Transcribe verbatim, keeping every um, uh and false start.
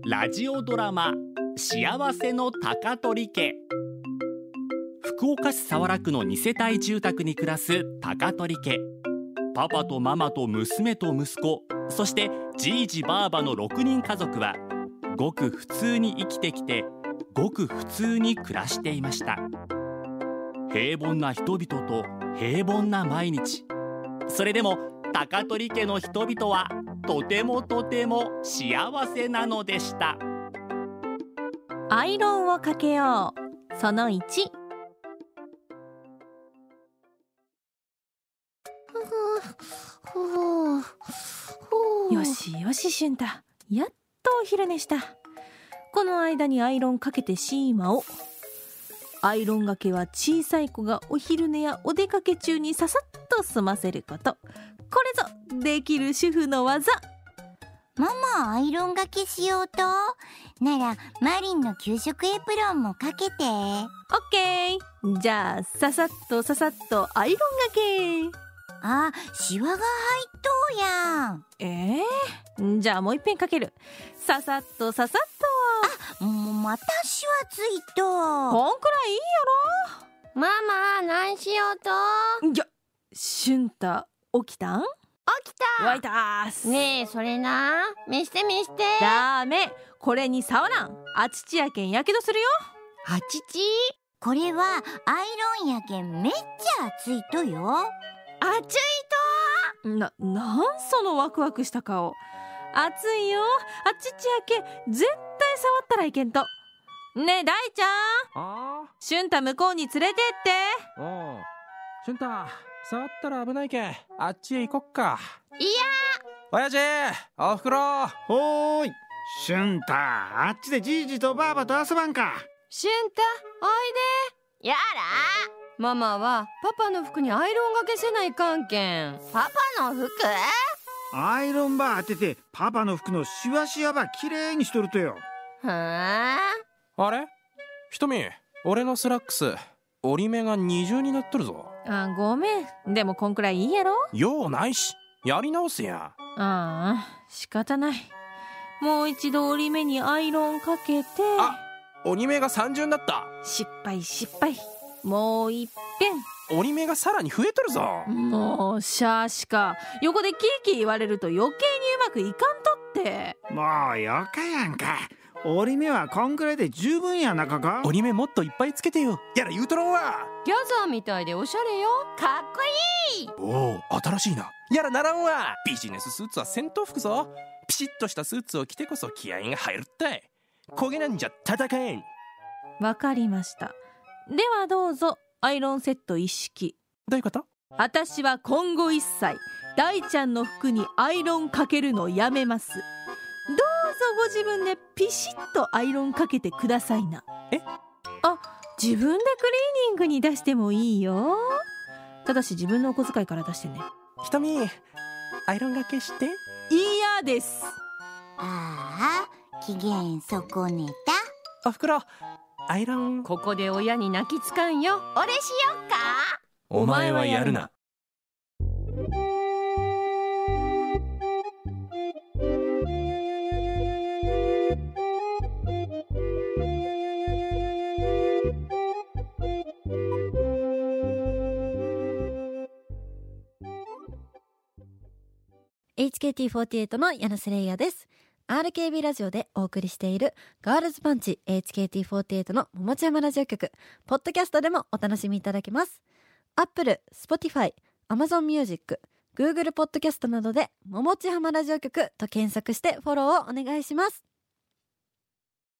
ラジオドラマ幸せの高取家。福岡市早良区のに世帯住宅に暮らす高取家。パパとママと娘と息子、そしてじいじばあばのろくにん家族はごく普通に生きてきて、ごく普通に暮らしていました。平凡な人々と平凡な毎日。それでも高取家の人々はとてもとても幸せなのでした。 アイロンをかけよう。そのいち。よしよし俊太、やっとお昼寝した。この間にアイロンかけてシーマを。アイロンがけは小さい子がお昼寝やお出かけ中にささっと済ませること。これぞできる主婦の技。 ママ、アイロンがけしようと。ならマリンの給食エプロンもかけて。 オッケー。じゃあささっとささっとアイロンがけ。 あ、シワが入っとうやん。 えー、じゃあもう一遍かける。ささっとささっと。あ、もうまたシワついと。 こんくらいいいやろ。ママ、何しようと。 いや、俊太起きたん？ 起きた。 わいたーす。 ねえ、それな、見して見して。 ダメ、これに触らん。あちちやけんやけどするよ。 あちち？ これはアイロンやけんめっちゃ熱いとよ。 熱いと。 な、なんそのワクワクした顔。熱いよ。あちちやけん絶対触ったらいけんと。ねえ大ちゃん、 あー、 俊太向こうに連れてって。 おう、俊太触ったら危ないけんあっちへ行こっか。 いや、 親父、おふくろ。 ほーい、俊太、あっちでじいじとばあばと遊ばんか。 俊太、おいで。やら、ママはパパの服にアイロンがけせないかんけん。 パパの服？ アイロンば当ててパパの服のシワシワばきれいにしとるとよ。 はあ、あれ、ひとみ、俺のスラックス折り目が二重になっとるぞ。 あ、ごめん。でもこんくらいいいやろ。 用ないし、やり直すや。 ああ、仕方ない。もう一度折り目にアイロンかけて。 あ、折り目が三重になった。 失敗失敗。もう一遍。 折り目がさらに増えとるぞ。 もうシャーシか。横でキーキー言われると余計にうまくいかんとって。 もうよかやんか。折り目はこんくらいで十分やなかか。 折り目もっといっぱいつけてよ。やら言うとろんわ。 ギャザーみたいでおしゃれよ。かっこいい。 おお、新しいな。やらならんわ。ビジネススーツは戦闘服ぞ。ピシッとしたスーツを着てこそ気合が入るったい。焦げなんじゃ戦えん。 わかりました。ではどうぞアイロンセット一式。 どういうこと？ 私は今後一切大ちゃんの服にアイロンかけるのやめます。どうぞご自分でピシッとアイロンかけてくださいな。 え？ あ、自分でクリーニングに出してもいいよ。ただし自分のお小遣いから出してね。 ひとみ、アイロンがけして。 嫌です。 ああ、機嫌損ねた。 おふくろ、アイロン。 ここで親に泣きつかんよ。 俺しよっか。 お前はやるな。 エイチケーティーフォーティーエイト の柳瀬玲也です。アールケービー ラジオでお送りしているガールズパンチ エイチケーティーフォーティーエイト の桃地山ラジオ局、ポッドキャストでもお楽しみいただけます。Apple、Spotify、Amazon Music、Google ポッドキャストなどで桃地山ラジオ局と検索してフォローをお願いします。